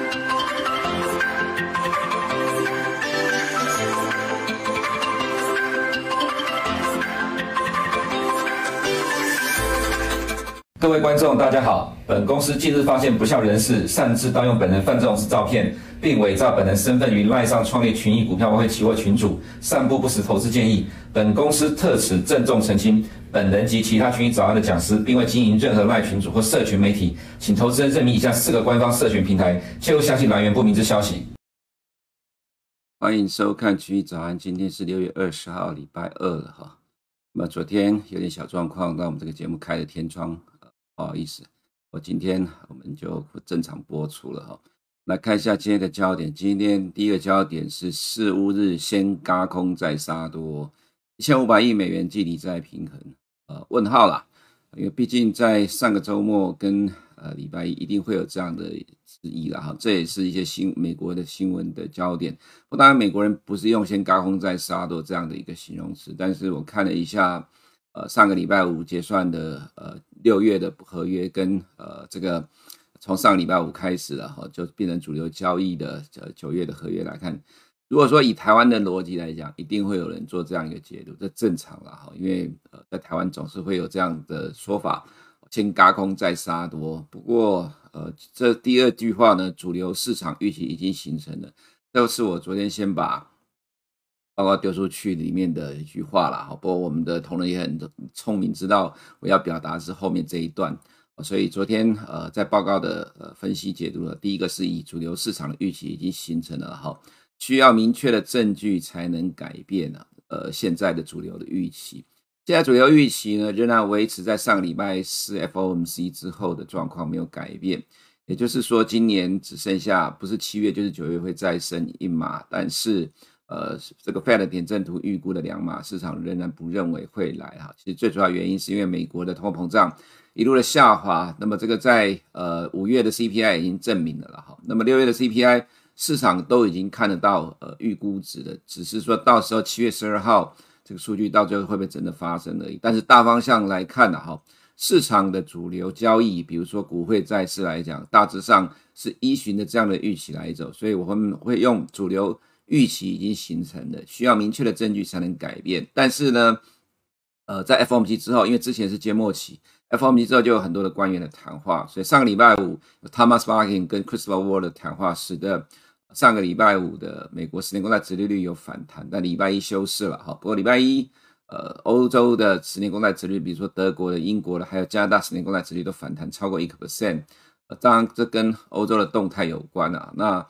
各位观众，大家好。本公司近日发现不肖人士擅自盗用本人范仲式照片，并伪造本人身份于LINE上创立群益股票外汇期货群组，散布不实投资建议。本公司特此郑重澄清，本人及其他群益早安的讲师，并未经营任何LINE群组或社群媒体，请投资人认明以下4个官方社群平台，切勿相信来源不明之消息。 欢迎收看群益早安，今天是6月20号，礼拜二了哈。那么昨天有点小状况，让我们这个节目开了天窗。不好意思，今天我们就正常播出了哈。来看一下今天的焦点，今天第一个焦点是四乌日先軋空再杀多，1500亿美元季理债平衡，问号啦，因为毕竟在上个周末跟礼拜一一定会有这样的质疑啦哈，这也是一些美国的新闻的焦点。不，当然美国人不是用先軋空再杀多这样的一个形容词，但是我看了一下。上个礼拜五结算的6月的合约跟这个从上个礼拜五开始了就变成主流交易的9月的合约来看，如果说以台湾的逻辑来讲，一定会有人做这样一个解读，这正常啦因为在台湾总是会有这样的说法，先軋空再杀多。不过这第二句话呢，主流市场预期已经形成了，这是我昨天先把报告丢出去里面的一句话啦，不过我们的同仁也很聪明，知道我要表达的是后面这一段，所以昨天在报告的分析解读了，第一个是以主流市场的预期已经形成了需要明确的证据才能改变现在的主流的预期。现在主流预期呢仍然维持在上个礼拜四 FOMC 之后的状况没有改变，也就是说今年只剩下不是7月就是9月会再升1码，但是这个 Fed 点阵图预估的2码，市场仍然不认为会来其实最主要原因是因为美国的通货膨胀一路的下滑，那么这个在5月的 CPI 已经证明了那么6月的 CPI 市场都已经看得到预估值的，只是说到时候7月12号这个数据到最后会不会真的发生而已。但是大方向来看市场的主流交易，比如说股汇债市来讲，大致上是依循着这样的预期来走，所以我们会用主流预期已经形成的，需要明确的证据才能改变。但是呢在 FOMC 之后，因为之前是缄默期， FOMC 之后就有很多的官员的谈话，所以上个礼拜五 Thomas Barkin 跟 Christopher Ward 的谈话使得上个礼拜五的美国10年公债殖利率有反弹，但礼拜一休市了不过礼拜一欧洲的10年公债殖利率，比如说德国的、英国的还有加拿大10年公债殖利率都反弹超过 1%， 当然这跟欧洲的动态有关那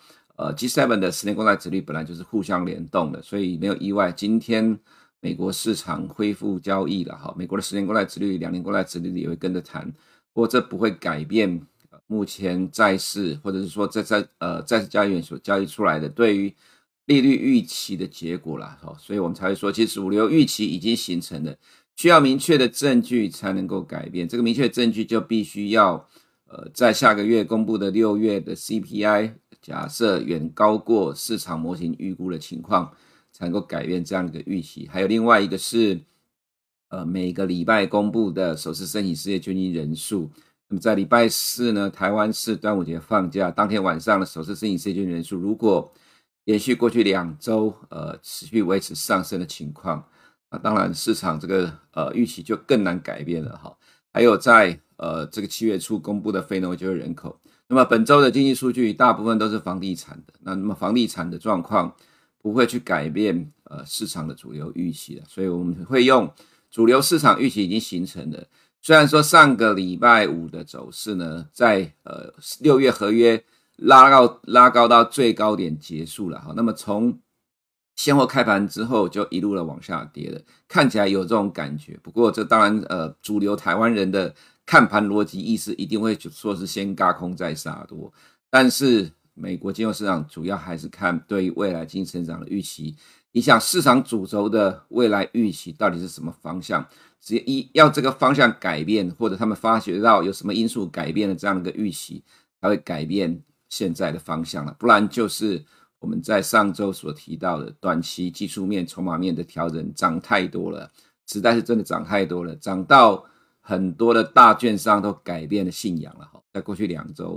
G7 的10年公债殖利率本来就是互相联动的，所以没有意外今天美国市场恢复交易了美国的10年公债殖利率、2年公债殖利率也会跟着谈，不过这不会改变目前债市或者是说债市交易员所交易出来的对于利率预期的结果啦所以我们才会说其实主流预期已经形成了，需要明确的证据才能够改变。这个明确的证据就必须要在下个月公布的6月的 CPI 假设远高过市场模型预估的情况才能够改变这样的一个预期。还有另外一个是每个礼拜公布的首次申请失业救济人数，那么在礼拜四呢，台湾是端午节放假当天晚上的首次申请失业救济人数，如果连续过去2周持续维持上升的情况，当然市场这个预期就更难改变了还有在这个7月初公布的非农就业人口，那么本周的经济数据大部分都是房地产的，那么房地产的状况不会去改变市场的主流预期的，所以我们会用主流市场预期已经形成的。虽然说上个礼拜五的走势呢，在6月合约拉高到最高点结束了那么从现货开盘之后就一路的往下跌了，看起来有这种感觉。不过这当然主流台湾人的看盘逻辑意识一定会说是先軋空再杀多，但是美国金融市场主要还是看对于未来经济成长的预期，影响市场主轴的未来预期到底是什么方向，只要这个方向改变，或者他们发觉到有什么因素改变了这样的一个预期，才会改变现在的方向了，不然就是我们在上周所提到的短期技术面、筹码面的调整涨太多了，实在是真的涨太多了，涨到很多的大券商都改变了信仰了在过去2周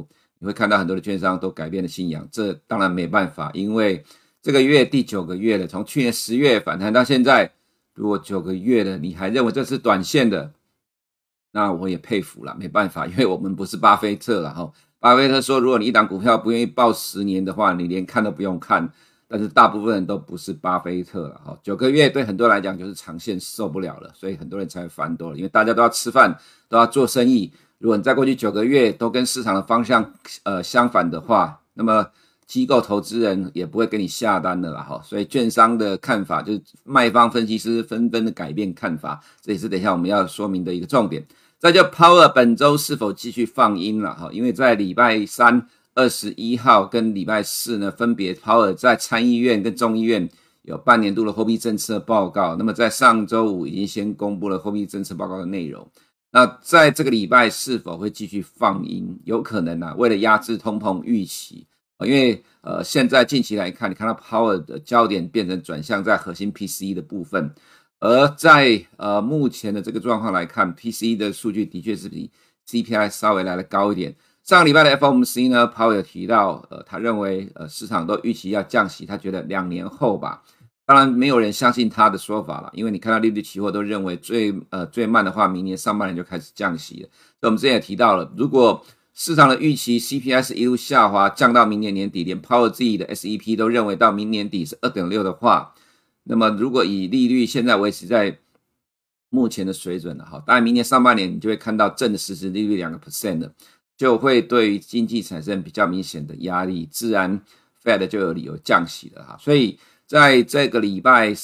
你会看到很多的券商都改变了信仰，这当然没办法，因为这个月第9个月了，从去年10月反弹到现在，如果9个月了你还认为这是短线的，那我也佩服了，没办法，因为我们不是巴菲特啦。巴菲特说，如果你一档股票不愿意抱10年的话，你连看都不用看，但是大部分人都不是巴菲特啦。9个月对很多人来讲就是长线受不了了，所以很多人才会翻多了，因为大家都要吃饭，都要做生意，如果你在过去9个月都跟市场的方向相反的话，那么机构投资人也不会给你下单的啦。所以券商的看法就是卖方分析师纷纷的改变看法，这也是等一下我们要说明的一个重点。再就 Powell 本周是否继续放鹰了，因为在礼拜3 21号跟礼拜4呢，分别 Powell 在参议院跟众议院有半年度的货币政策报告，那么在上周五已经先公布了货币政策报告的内容。那在这个礼拜是否会继续放鹰？有可能为了压制通膨预期，因为现在近期来看，你看到 Powell 的焦点变成转向在核心 PCE 的部分。而在目前的这个状况来看 ，PCE 的数据的确是比 CPI 稍微来得高一点。上个礼拜的 FOMC 呢 ，Powell 有提到，他认为市场都预期要降息，他觉得2年后吧。当然没有人相信他的说法了，因为你看到利率期货都认为最慢的话，明年上半年就开始降息了。所以我们之前也提到了，如果市场的预期 CPI 是一路下滑，降到明年年底，连 Powell 自己的 SEP 都认为到明年底是 2.6 的话。那么如果以利率现在维持在目前的水准了，当然明年上半年你就会看到正的实质利率 2% 的，就会对于经济产生比较明显的压力，自然 Fed 就有理由降息了。所以在这个礼拜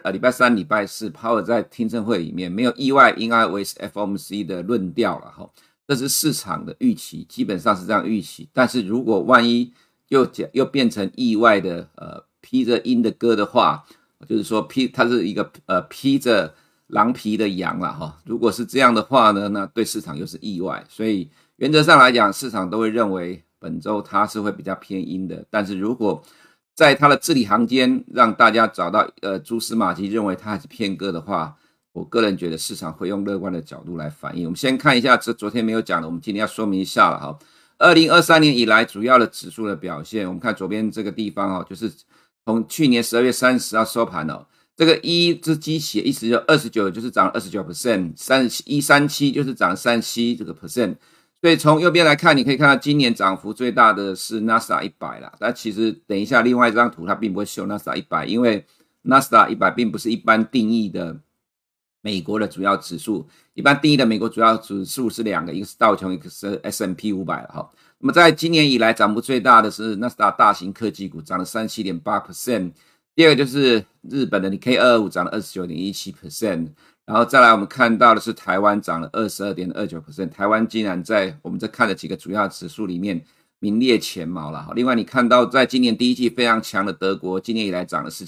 3、礼拜4 Powell 在听证会里面没有意外应该维持 FOMC 的论调了，这是市场的预期，基本上是这样预期。但是如果万一又变成意外的披着鹰的歌的话，就是说它是一个披着狼皮的羊啦，如果是这样的话呢，那对市场又是意外。所以原则上来讲，市场都会认为本周它是会比较偏鹰的。但是如果在它的字里行间让大家找到蛛丝马迹，认为它还是偏鸽的话，我个人觉得市场会用乐观的角度来反应。我们先看一下这昨天没有讲的，我们今天要说明一下了。2023年以来主要的指数的表现，我们看左边这个地方就是从去年12月30号收盘这个这基期意思就29就是涨了 29%， 137就是涨了 37%。所以从右边来看，你可以看到今年涨幅最大的是 NASDAQ 100啦。但其实等一下另外一张图它并不会秀 NASDAQ 100，因为 NASDAQ 100并不是一般定义的美国的主要指数，一般定义的美国主要指数是2个，一个是道琼，一个是 S&P 500了。那么在今年以来涨幅最大的是 NASDAQ 大型科技股，涨了 37.8%。第二个就是日本的 Nikkei 225涨了 29.17%。然后再来我们看到的是台湾涨了 22.29%， 台湾竟然在我们这看的几个主要指数里面名列前茅了。另外你看到在今年第一季非常强的德国，今年以来涨了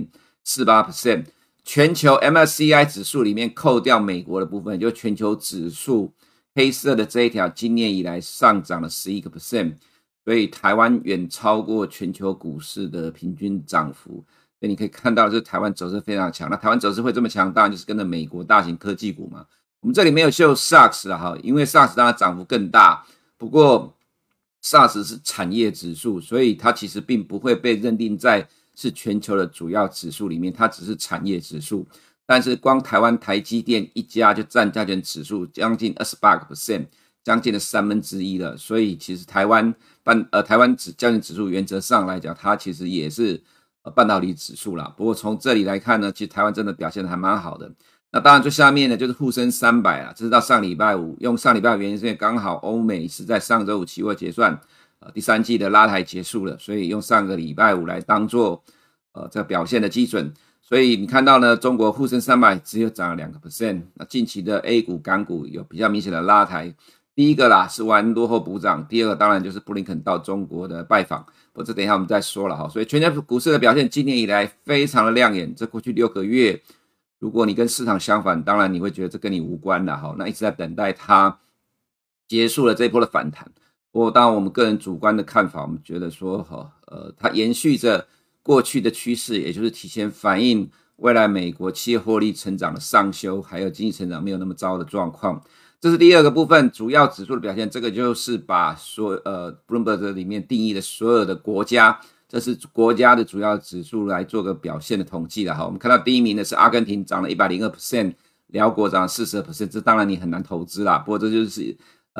17.48%。全球 MSCI 指数里面扣掉美国的部分，就全球指数黑色的这一条今年以来上涨了 11%， 所以台湾远超过全球股市的平均涨幅。所以你可以看到就是台湾走势非常强，那台湾走势会这么强，当然就是跟着美国大型科技股嘛。我们这里没有秀 SARS 啦，因为 SARS 当然涨幅更大，不过 SARS 是产业指数，所以它其实并不会被认定在是全球的主要指数里面，它只是产业指数。但是光台湾台积电一家就占加权指数将近 28%， 将近了1/3了。所以其实台湾加权指数原则上来讲，它其实也是半导体指数啦。不过从这里来看呢，其实台湾真的表现得还蛮好的。那当然最下面呢就是沪深300啦，这是到上礼拜五，用上礼拜五原因是因为刚好欧美是在上周五期货结算，第3季的拉抬结束了，所以用上个礼拜五来当做这个表现的基准。所以你看到呢，中国沪深300只有涨了 2%。那近期的 A 股港股有比较明显的拉抬，第一个啦是玩落后补涨，第二个当然就是布林肯到中国的拜访，不过这等一下我们再说了。所以全球股市的表现今年以来非常的亮眼，这过去6个月如果你跟市场相反，当然你会觉得这跟你无关啦，那一直在等待它结束了这一波的反弹。不过当然我们个人主观的看法，我们觉得说它延续着过去的趋势，也就是提前反映未来美国企业获利成长的上修，还有经济成长没有那么糟的状况。 这是第二个部分，主要指数的表现。这个就是把Bloomberg 里面定义的所有的国家，这是国家的主要指数来做个表现的统计了哈。我们看到第一名的是阿根廷，涨了 102%， 辽国涨了 40%， 这当然你很难投资啦。不过这就是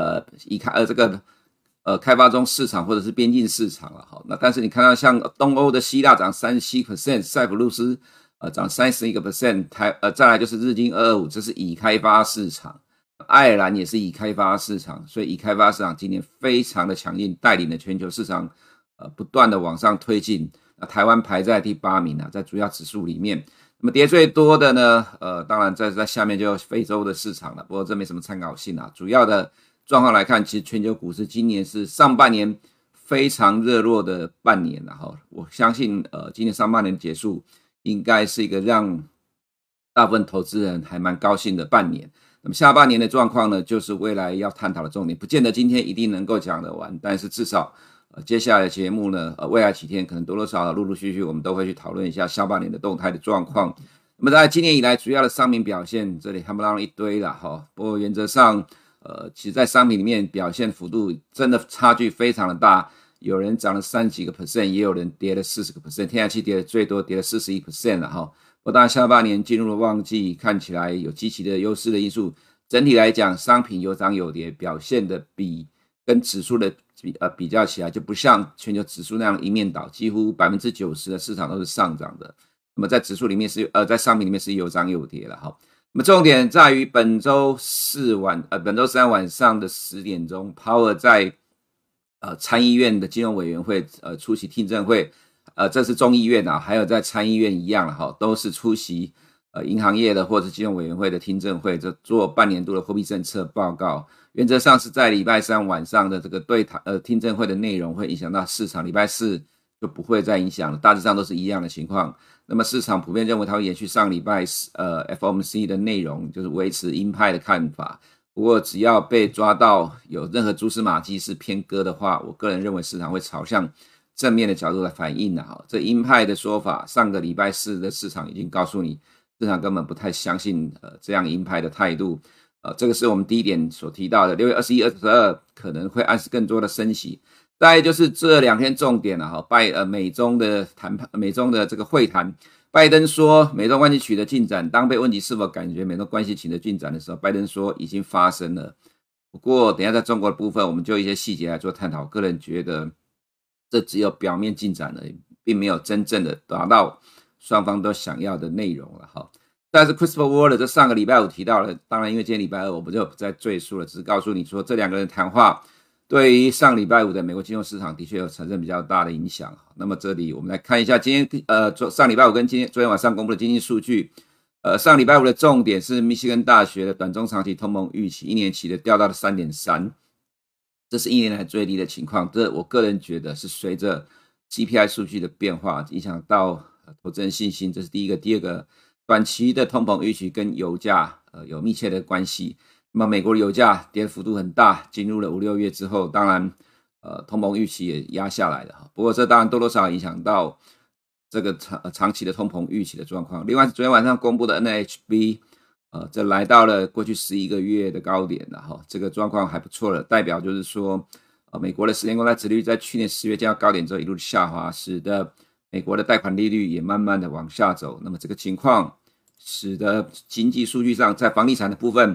开发中市场或者是边境市场了哈。那但是你看到像东欧的希腊涨 37%， 塞浦路斯涨 31%， 再来就是日经225，这是已开发市场。爱尔兰也是已开发市场，所以已开发市场今年非常的强劲，带领了全球市场不断的往上推进。那台湾排在第8名在主要指数里面。那么跌最多的呢，当然在下面就有非洲的市场了，不过这没什么参考性主要的状况来看，其实全球股市今年是上半年非常热络的半年我相信今年上半年结束应该是一个让大部分投资人还蛮高兴的半年。那么下半年的状况呢，就是未来要探讨的重点，不见得今天一定能够讲得完，但是至少接下来的节目呢，未来几天可能多多少少陆陆续续我们都会去讨论一下下半年的动态的状况。那么在今年以来主要的商品表现，这里还不让一堆啦不过原则上其实在商品里面表现幅度真的差距非常的大，有人涨了30几个%，也有人跌了40个%，天然气跌的最多，跌了41%了不过当然下半年进入了旺季，看起来有极其的优势的因素，整体来讲商品有涨有跌，表现的跟指数的比较起来就不像全球指数那样一面倒，几乎 90% 的市场都是上涨的。那么在指数里面在商品里面是有涨有跌了那么重点在于本周三晚上的10点钟 ，Powell 在参议院的金融委员会出席听证会，这是众议院还有在参议院一样都是出席银行业的或者金融委员会的听证会，这做半年度的货币政策报告。原则上是在礼拜三晚上的这个听证会的内容会影响到市场，礼拜四就不会再影响了，大致上都是一样的情况。那么市场普遍认为它会延续上礼拜FOMC 的内容，就是维持鹰派的看法。不过只要被抓到有任何蛛丝马迹是偏鸽的话，我个人认为市场会朝向正面的角度来反应这鹰派的说法，上个礼拜四的市场已经告诉你，市场根本不太相信这样鹰派的态度。这个是我们第一点所提到的，6月21、22可能会暗示更多的升息。再来就是这2天重点美中的这个会谈，拜登说美中关系取得进展，当被问及是否感觉美中关系取得进展的时候，拜登说已经发生了。不过等一下在中国的部分，我们就一些细节来做探讨，个人觉得这只有表面进展而已，并没有真正的达到双方都想要的内容了但是 Christopher Waller 这上个礼拜5提到了，当然因为今天礼拜2我不就不再赘述了，只是告诉你说这2个人谈话对于上礼拜5的美国金融市场的确有产生比较大的影响。那么这里我们来看一下今天上礼拜5跟昨天晚上公布的经济数据。上礼拜5的重点是密西根大学的短中长期通膨预期1年期的掉到了 3.3， 这是1年来最低的情况。这我个人觉得是随着 CPI 数据的变化影响到投资人信心，这是第一个。第二个，短期的通膨预期跟油价有密切的关系。那么美国的油价跌幅度很大，进入了5、6月之后，当然通膨预期也压下来了。不过这当然多多少少影响到这个长期的通膨预期的状况。另外昨天晚上公布的 NHB 这来到了过去11个月的高点了这个状况还不错了，代表就是说美国的10年公债殖利率在去年10月见到高点之后一路下滑，使得美国的贷款利率也慢慢的往下走。那么这个情况使得经济数据上在房地产的部分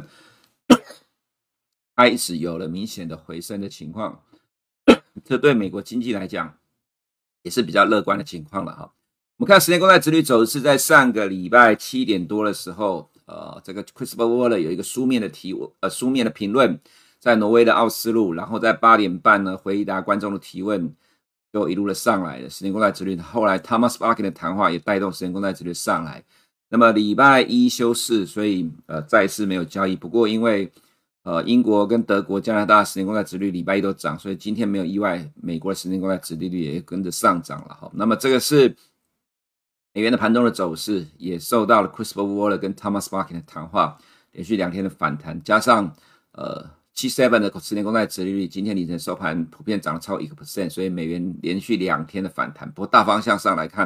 开始有了明显的回升的情况，这对美国经济来讲也是比较乐观的情况了我们看10年公债殖利率走势，在上个礼拜7点多的时候这个 Christopher Waller 有一个书面的评论，在挪威的奥斯陆，然后在8点半呢回答观众的提问，就一路的上来了10年公债殖利率。后来 Thomas Barkin 的谈话也带动10年公债殖利率上来。那么礼拜1休市，所以再次没有交易。不过因为英国跟德国、加拿大10年公债殖利率礼拜1都涨，所以今天没有意外，美国的10年公债殖利率也跟着上涨了那么这个是美元的盘中的走势，也受到了 Christopher Waller 跟 Thomas Barkin 的谈话连续2天的反弹，加上7.7 的10年公债殖利率今天凌晨收盘普遍涨了超过 1%， 所以美元连续2天的反弹。不过大方向上来看，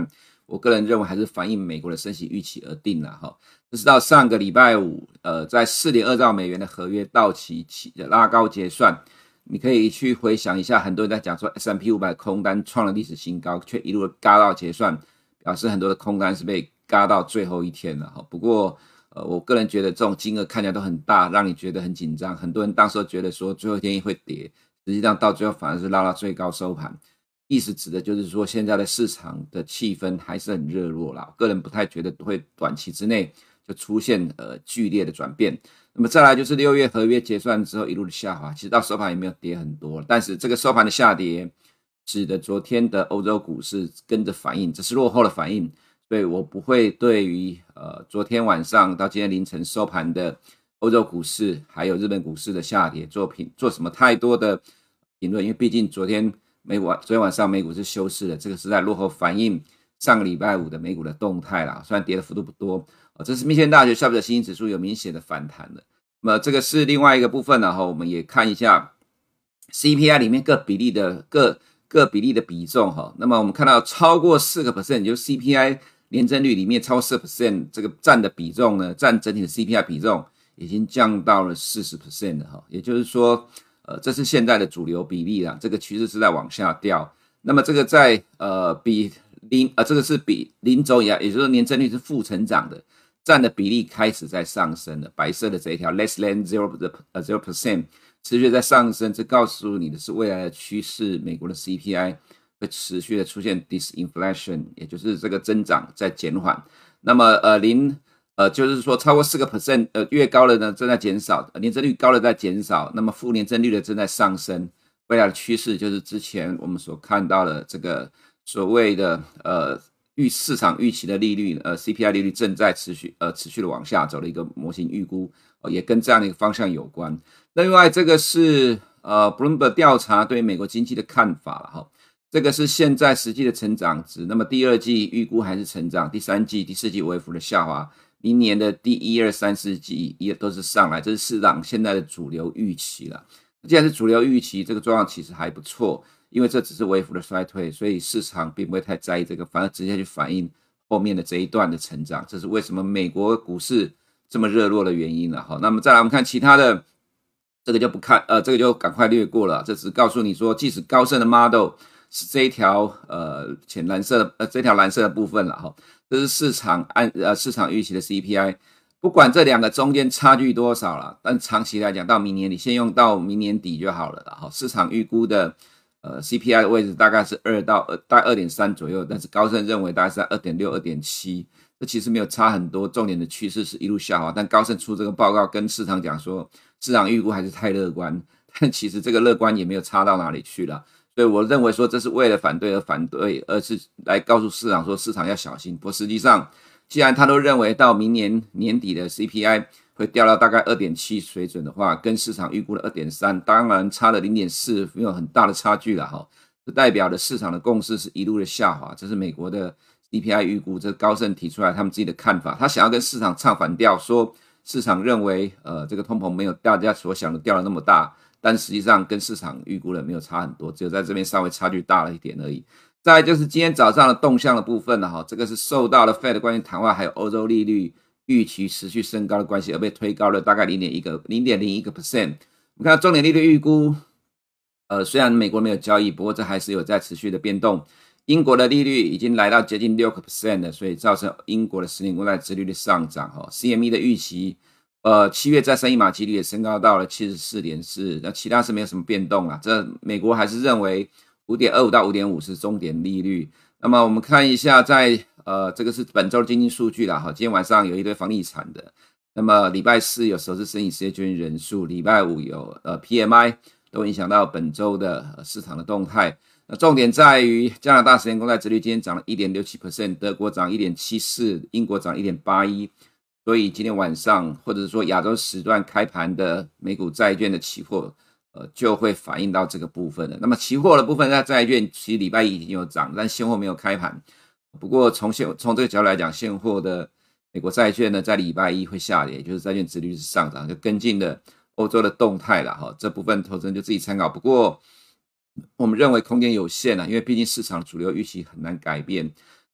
我个人认为还是反映美国的升息预期而定了哈。这是到上个礼拜五，在4.2兆美元的合约到期拉高结算，你可以去回想一下，很多人在讲说 S&P 500空单创了历史新高，却一路嘎到结算，表示很多的空单是被嘎到最后一天了哈。不过我个人觉得这种金额看起来都很大，让你觉得很紧张。很多人当时觉得说最后一天会跌，实际上到最后反而是拉到最高收盘。意思指的就是说现在的市场的气氛还是很热络啦，我个人不太觉得会短期之内就出现剧烈的转变。那么再来就是6月合约结算之后一路的下滑，其实到收盘也没有跌很多，但是这个收盘的下跌指的昨天的欧洲股市跟着反应，这是落后的反应，所以我不会对于昨天晚上到今天凌晨收盘的欧洲股市还有日本股市的下跌做什么太多的评论，因为毕竟昨天晚上美股是休市的，这个是在落后反映上个礼拜五的美股的动态啦，虽然跌的幅度不多，这是密歇根大学消费者信心指数有明显的反弹的。那么这个是另外一个部分，然后我们也看一下 CPI 里面各比例的比重哈。那么我们看到超过 4%， 也就是 CPI 年增率里面超过 4% 这个占的比重呢，占整体的 CPI 比重已经降到了 40% 了哈。也就是说这是现在的主流比例啦，这个趋势是在往下掉。那么这个在这个是比0轴以下，也就是说年增率是负成长的，占的比例开始在上升了。白色的这一条 less than 0% 持续在上升，这告诉你的是未来的趋势，美国的 CPI 会持续的出现 disinflation， 也就是这个增长在减缓。那么就是说超过 4% 越高的呢正在减少，年增率高的在减少，那么负年增率的正在上升。未来的趋势就是之前我们所看到的这个所谓的市场预期的利率CPI 利率正在持续的往下走的一个模型预估，也跟这样的一个方向有关。另外这个是Bloomberg 调查对美国经济的看法了哈。这个是现在实际的成长值，那么第二季预估还是成长，第三季第四季微幅的下滑，明年的第1、2、3、4季也都是上来，这是市场现在的主流预期了。既然是主流预期，这个状况其实还不错，因为这只是微幅的衰退，所以市场并不会太在意这个，反而直接去反映后面的这一段的成长，这是为什么美国股市这么热络的原因了。好，那么再来我们看其他的，这个就不看，这个就赶快略过了。这只告诉你说，即使高盛的 model 是这一条浅蓝色的这条蓝色的部分了哈，这是市场预期的 CPI。不管这两个中间差距多少啦，但长期来讲，到明年你先用到明年底就好了啦。市场预估的CPI 的位置大概是大概 2.3 左右，但是高盛认为大概是在 2.6 2.7， 这其实没有差很多，重点的趋势是一路下滑。但高盛出这个报告跟市场讲说，市场预估还是太乐观，但其实这个乐观也没有差到哪里去啦。所以我认为说这是为了反对而反对，而是来告诉市场说市场要小心。不过实际上既然他都认为到明年年底的 CPI 会掉到大概 2.7 水准的话，跟市场预估的 2.3 当然差了 0.4， 没有很大的差距了哈。这代表的市场的共识是一路的下滑，这是美国的 CPI 预估，这是高盛提出来他们自己的看法。他想要跟市场唱反调，说市场认为这个通膨没有大家所想的掉了那么大，但实际上跟市场预估的没有差很多，只有在这边稍微差距大了一点而已。再来就是今天早上的动向的部分了哈，这个是受到了 Fed 关于谈话还有欧洲利率预期持续升高的关系而被推高了大概 0.01%。我们看到重点利率预估，虽然美国没有交易，不过这还是有在持续的变动。英国的利率已经来到接近 6% 了，所以造成英国的10年公债殖利率上涨哈。CME 的预期7月再升一码几率也升高到了 74.4， 那其他是没有什么变动啦。这美国还是认为 5.25 到 5.5 是终点利率。那么我们看一下在这个是本周的经济数据啦，今天晚上有一堆房地产的，那么礼拜四有首次申请失业救济人数，礼拜五有PMI， 都影响到本周的市场的动态。那重点在于加拿大10年公债殖利率今天涨了 1.67%， 德国涨 1.74%， 英国涨 1.81%， 所以今天晚上或者是说亚洲时段开盘的美股债券的期货就会反映到这个部分了。那么期货的部分在债券其实礼拜一已经有涨，但现货没有开盘。不过从这个角度来讲，现货的美国债券呢在礼拜一会下跌，也就是债券殖利率是上涨，就跟进了欧洲的动态了这部分投资人就自己参考。不过我们认为空间有限因为毕竟市场的主流预期很难改变。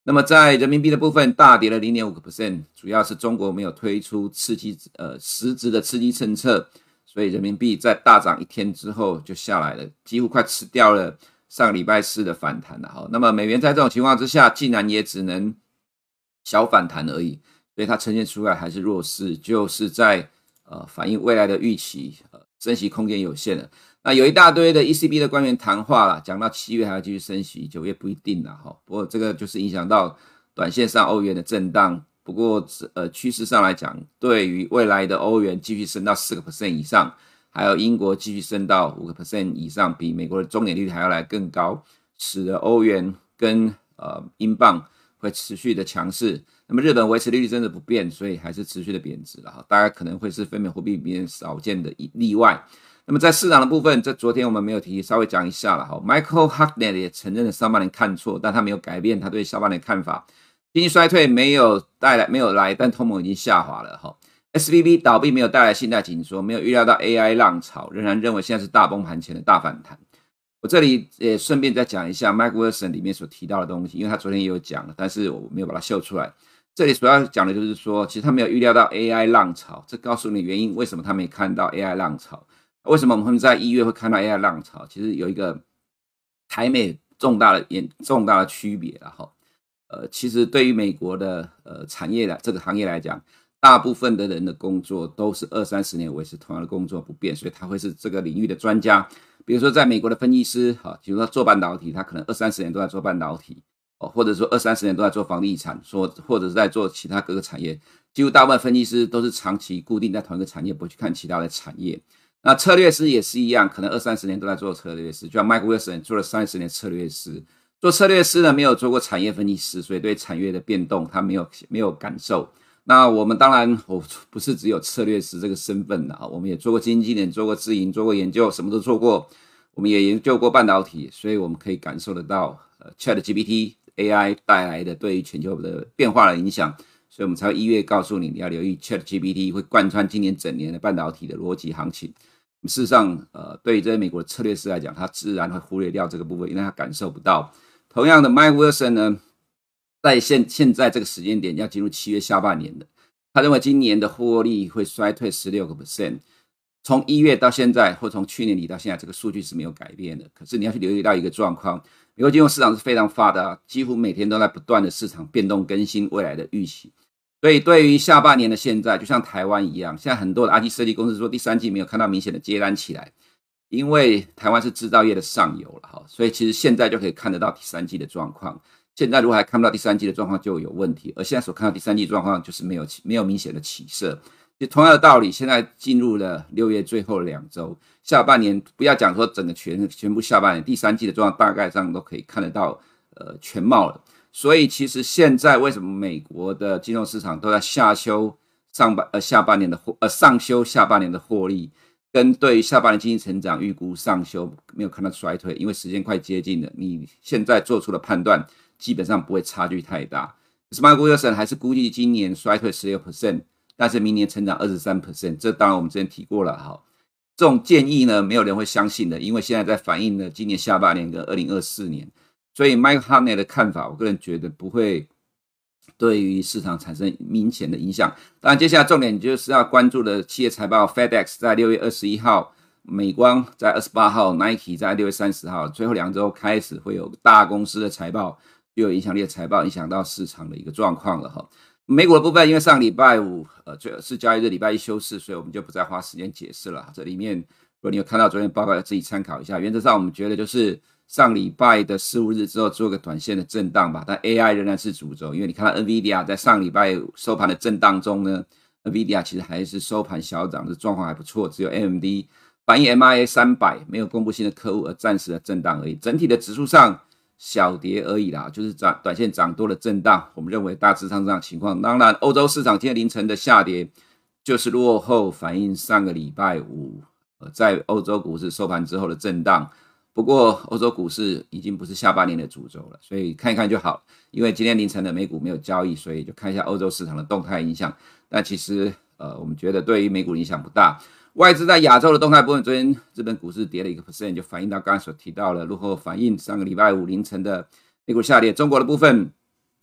那么在人民币的部分大跌了 0.5%， 主要是中国没有推出实质的刺激政策，所以人民币在大涨一天之后就下来了，几乎快吃掉了上个礼拜四的反弹了。那么美元在这种情况之下竟然也只能小反弹而已，所以它呈现出来还是弱势，就是在反映未来的预期，升息空间有限了。那有一大堆的 ECB 的官员谈话啦，讲到7月还要继续升息，9月不一定啦。不过这个就是影响到短线上欧元的震荡。不过趋势上来讲，对于未来的欧元继续升到 4% 以上，还有英国继续升到 5% 以上，比美国的中年利率还要来更高，使得欧元跟英镑会持续的强势。那么日本维持利率真的不变，所以还是持续的贬值了，大概可能会是非美货币里面少见的例外。那么在市场的部分，这昨天我们没有提，稍微讲一下了。Michael Hartnett 也承认了上半年看错，但他没有改变他对下半年看法。经济衰退没有来，但通膨已经下滑了。SVB 倒闭没有带来信贷紧缩，没有预料到 AI 浪潮，仍然认为现在是大崩盘前的大反弹。我这里也顺便再讲一下 Mike Wilson 里面所提到的东西，因为他昨天也有讲了，但是我没有把它秀出来。这里主要讲的就是说，其实他没有预料到 AI 浪潮，这告诉你原因，为什么他没看到 AI 浪潮。为什么我们在1月会看到 AI 浪潮？其实有一个台美重大的区别啦。其实对于美国的产业这个行业来讲，大部分的人的工作都是20-30年维持同样的工作不变，所以他会是这个领域的专家。比如说在美国的分析师，比如说做半导体，他可能20-30年都在做半导体，或者说20-30年都在做房地产，或者是在做其他各个产业，几乎大部分分析师都是长期固定在同一个产业，不会去看其他的产业。那策略师也是一样，可能20-30年都在做策略师，就像 Mike Wilson 做了30年策略师。做策略师呢，没有做过产业分析师，所以对产业的变动他没有感受。那我们当然我不是只有策略师这个身份啦，我们也做过基金经理，做过自营，做过研究，什么都做过。我们也研究过半导体，所以我们可以感受得到ChatGPT AI 带来的对于全球的变化的影响。所以我们才会1月告诉你要留意 ChatGPT 会贯穿今年整年的半导体的逻辑行情。事实上对于这些美国的策略师来讲，他自然会忽略掉这个部分，因为他感受不到。同样的 Mike Wilson 呢，在现在这个时间点要进入7月下半年的，他认为今年的获利会衰退 16%。从1月到现在，或从去年底到现在，这个数据是没有改变的。可是你要去留意到一个状况，美国金融市场是非常发达，几乎每天都在不断的市场变动更新未来的预期。所以对于下半年的现在，就像台湾一样，现在很多的 IC 设计公司说第3季没有看到明显的接单起来，因为台湾是制造业的上游了，所以其实现在就可以看得到第3季的状况。现在如果还看不到第3季的状况就有问题，而现在所看到第3季状况就是没有明显的起色。同样的道理，现在进入了6月最后2周，下半年不要讲说整个全部下半年，第3季的状况大概上都可以看得到全貌了。所以其实现在为什么美国的金融市场都在上修下半年的获利，跟对于下半年经济成长预估上修，没有看到衰退，因为时间快接近了，你现在做出的判断基本上不会差距太大。可是 Mike Wilson 还是估计今年衰退 16%， 但是明年成长 23%， 这当然我们之前提过了。这种建议呢，没有人会相信的，因为现在在反映了今年下半年跟2024年。所以 Mike Hartnett 的看法，我个人觉得不会对于市场产生明显的影响。当然接下来重点就是要关注的企业财报， FedEx 在6月21号，美光在28号， Nike 在6月30号，最后2周开始会有大公司的财报，又有影响力的财报，影响到市场的一个状况了。美股的部分，因为上礼拜五是交易日，礼拜一休市，所以我们就不再花时间解释了。这里面如果你有看到昨天报告，自己参考一下。原则上我们觉得就是上礼拜的4、5日之后做个短线的震荡吧，但 AI 仍然是主轴，因为你看到 NVIDIA 在上礼拜收盘的震荡中呢， NVIDIA 其实还是收盘小涨，这状况还不错，只有 AMD 反映 MIA 300没有公布新的客户而暂时的震荡而已，整体的指数上小跌而已啦，就是短线涨多的震荡，我们认为大致上这样的情况。当然欧洲市场今天凌晨的下跌就是落后反映上个礼拜五在欧洲股市收盘之后的震荡。不过欧洲股市已经不是下半年的主轴了，所以看一看就好。因为今天凌晨的美股没有交易，所以就看一下欧洲市场的动态影响。但其实我们觉得对于美股影响不大。外资在亚洲的动态部分，昨天日本股市跌了1%，就反映到刚才所提到的落后反映上个礼拜五凌晨的美股下跌。中国的部分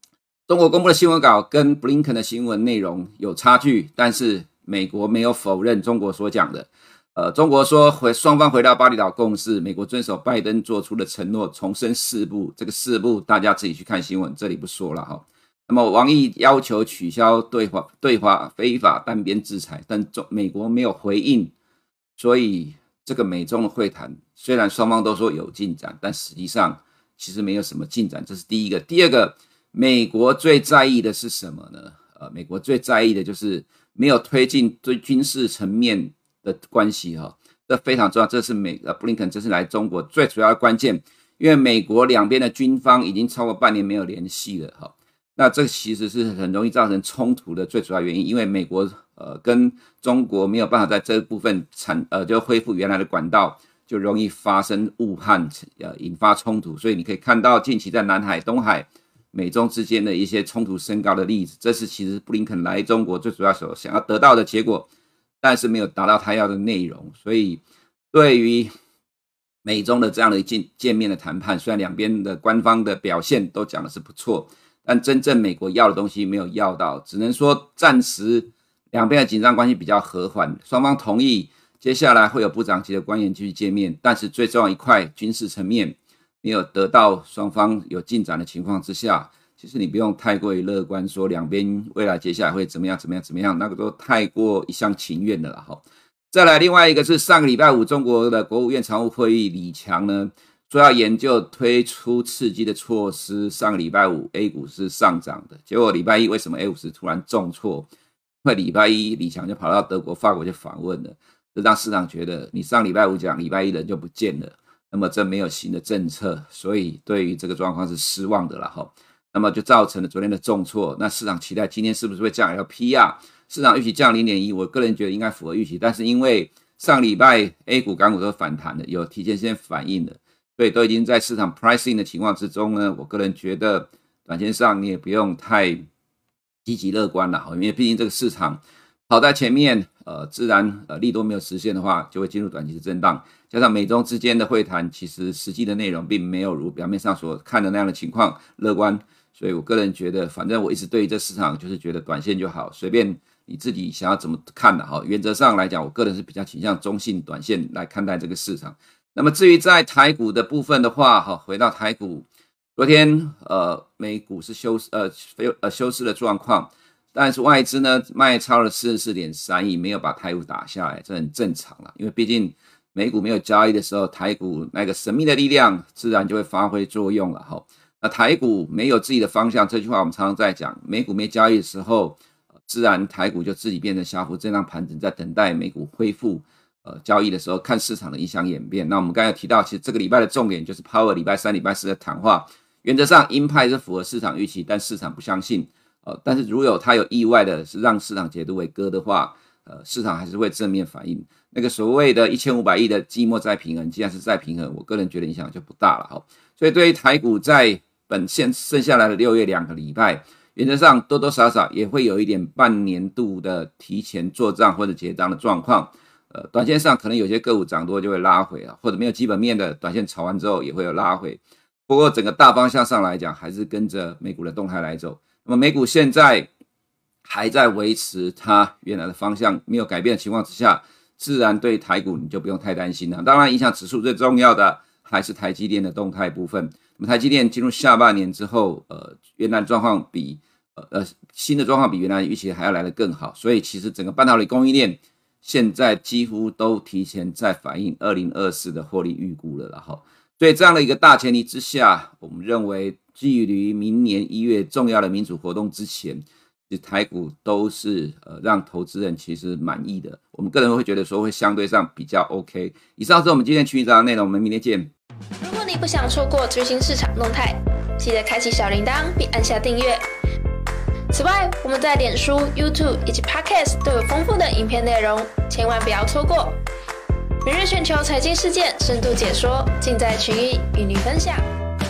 中国公布的新闻稿跟布林肯的新闻内容有差距，但是美国没有否认中国所讲的。中国说双方回到巴厘岛共识，美国遵守拜登做出的承诺，重申4步，这个4步大家自己去看新闻，这里不说了哈。那么王毅要求取消对华非法单边制裁，但美国没有回应，所以这个美中的会谈虽然双方都说有进展，但实际上其实没有什么进展，这是第一个。第二个，美国最在意的是什么呢？美国最在意的就是没有推进对军事层面的关系哈，这非常重要，这是布林肯这次来中国最主要的关键，因为美国两边的军方已经超过半年没有联系了哈。那这其实是很容易造成冲突的最主要原因，因为美国跟中国没有办法在这部分就恢复原来的管道，就容易发生误判，引发冲突。所以你可以看到近期在南海、东海美中之间的一些冲突升高的例子，这是其实布林肯来中国最主要所想要得到的结果，但是没有达到他要的内容。所以对于美中的这样的见面的谈判，虽然两边的官方的表现都讲的是不错，但真正美国要的东西没有要到，只能说暂时两边的紧张关系比较和缓，双方同意接下来会有部长级的官员继续见面，但是最重要一块军事层面没有得到双方有进展的情况之下，其实你不用太过于乐观说两边未来接下来会怎么样，那个都太过一厢情愿的了哈。再来另外一个是上个礼拜五中国的国务院常务会议，李强呢说要研究推出刺激的措施，上个礼拜五 A 股是上涨的，结果礼拜一为什么 A50 突然重挫？因为礼拜一李强就跑到德国、法国去访问了，这让市场觉得你上礼拜五讲，礼拜一人就不见了，那么这没有新的政策，所以对于这个状况是失望的啦。那么就造成了昨天的重挫，那市场期待今天是不是会降 LPR？ 市场预期降 0.1， 我个人觉得应该符合预期，但是因为上礼拜 A 股、港股都反弹了，有提前先反应了，所以都已经在市场 pricing 的情况之中呢，我个人觉得短线上你也不用太积极乐观了，因为毕竟这个市场跑在前面，自然利多没有实现的话，就会进入短期的震荡，加上美中之间的会谈，其实实际的内容并没有如表面上所看的那样的情况乐观，所以我个人觉得，反正我一直对于这市场就是觉得短线就好，随便你自己想要怎么看的哈。原则上来讲，我个人是比较倾向中性短线来看待这个市场。那么至于在台股的部分的话，回到台股，昨天美股是休市的状况，但是外资呢卖超了 44.3 亿，没有把台股打下来，这很正常啦，因为毕竟美股没有交易的时候，台股那个神秘的力量自然就会发挥作用了哈。那台股没有自己的方向，这句话我们常常在讲，美股没交易的时候，自然台股就自己变成小幅震荡盘整，在等待美股恢复交易的时候，看市场的影响演变。那我们刚才提到，其实这个礼拜的重点就是 Power 礼拜3、礼拜4的谈话，原则上鹰派是符合市场预期，但市场不相信。但是如果他有意外的是让市场解读为鸽的话，市场还是会正面反应。那个所谓的1500亿的季末再平衡，既然是再平衡，我个人觉得影响就不大了。所以对于台股在剩下来的6月2个礼拜，原则上多多少少也会有一点半年度的提前做账或者结账的状况。短线上可能有些个股涨多就会拉回或者没有基本面的短线炒完之后也会有拉回。不过整个大方向上来讲，还是跟着美股的动态来走。那么美股现在还在维持它原来的方向没有改变的情况之下，自然对台股你就不用太担心了。当然影响指数最重要的还是台积电的动态部分。那么台积电进入下半年之后，原来状况比新的状况比原来预期还要来得更好，所以其实整个半导体供应链现在几乎都提前在反映2024的获利预估了啦。所以这样的一个大前提之下，我们认为距离明年1月重要的民主活动之前，台股都是让投资人其实满意的。我们个人会觉得说会相对上比较 OK。以上是我们今天群益早上的内容，我们明天见。 如果你不想错过最新市场动态，记得开启小铃铛并按下订阅。此外，我们在脸书、YouTube 以及 Podcast 都有丰富的影片内容，千万不要错过。每日全球财经事件深度解说，尽在群益与你分享。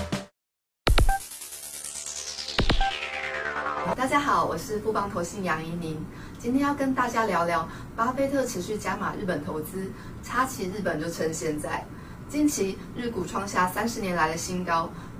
大家好，我是富邦投信杨怡宁，今天要跟大家聊聊巴菲特持续加码日本投资，插旗日本就趁现在。近期日股创下30年来的新高，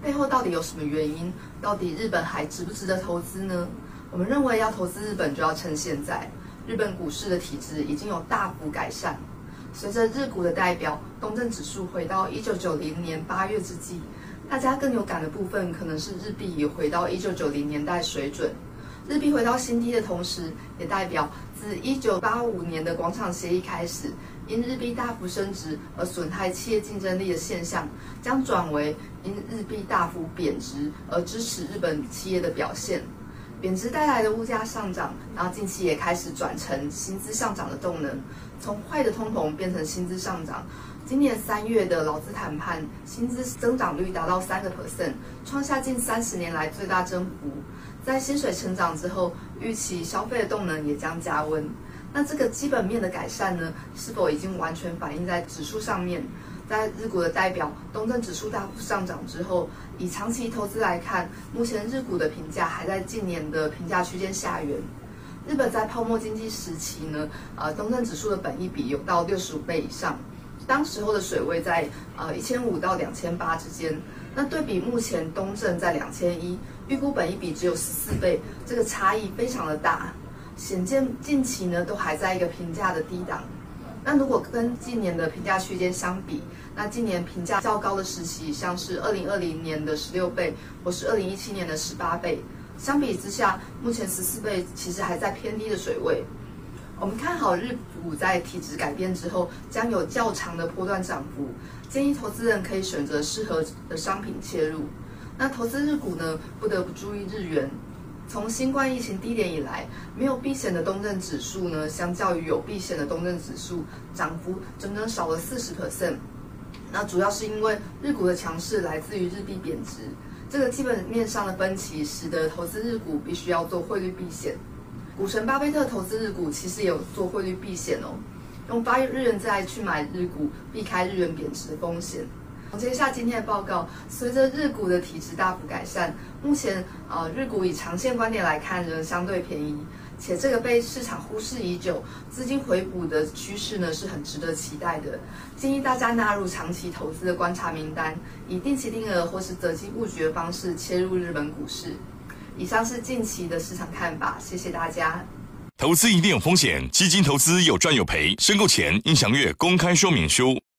背后到底有什么原因？到底日本还值不值得投资呢？我们认为要投资日本就要趁现在，日本股市的体质已经有大幅改善。随着日股的代表东证指数回到1990年8月之际，大家更有感的部分可能是日币也回到1990年代水准。日币回到新低的同时，也代表自1985年的广场协议开始，因日币大幅升值而损害企业竞争力的现象，将转为因日币大幅贬值而支持日本企业的表现。贬值带来的物价上涨，然后近期也开始转成薪资上涨的动能，从坏的通膨变成薪资上涨。今年3月的劳资谈判，薪资增长率达到3%，创下近30年来最大增幅。在薪水成长之后，预期消费的动能也将加温。那这个基本面的改善呢，是否已经完全反映在指数上面？在日股的代表东证指数大幅上涨之后，以长期投资来看，目前日股的评价还在近年的评价区间下缘。日本在泡沫经济时期呢，东证指数的本益比有到65倍以上，当时候的水位在1500到2800之间。那对比目前东证在2100，预估本益比只有14倍，这个差异非常的大，显见近期呢都还在一个评价的低档。那如果跟近年的评价区间相比，那今年评价较高的时期，像是2020年的16倍，或是2017年的18倍，相比之下，目前14倍其实还在偏低的水位。我们看好日股在体质改变之后，将有较长的波段涨幅，建议投资人可以选择适合的商品切入。那投资日股呢，不得不注意日元。从新冠疫情低点以来，没有避险的东证指数呢，相较于有避险的东证指数，涨幅整整少了40%。那主要是因为日股的强势来自于日币贬值，这个基本面上的分歧，使得投资日股必须要做汇率避险。股神巴菲特投资日股其实也有做汇率避险哦，用8日元债去买日股，避开日元贬值的风险。总结一下今天的报告，随着日股的体质大幅改善，目前日股以长线观点来看仍相对便宜，且这个被市场忽视已久，资金回补的趋势呢是很值得期待的。建议大家纳入长期投资的观察名单，以定期定额或是择机布局的方式切入日本股市。以上是近期的市场看法，谢谢大家。 投资一定有风险，基金投资有赚有赔，申购前应详阅公开说明书。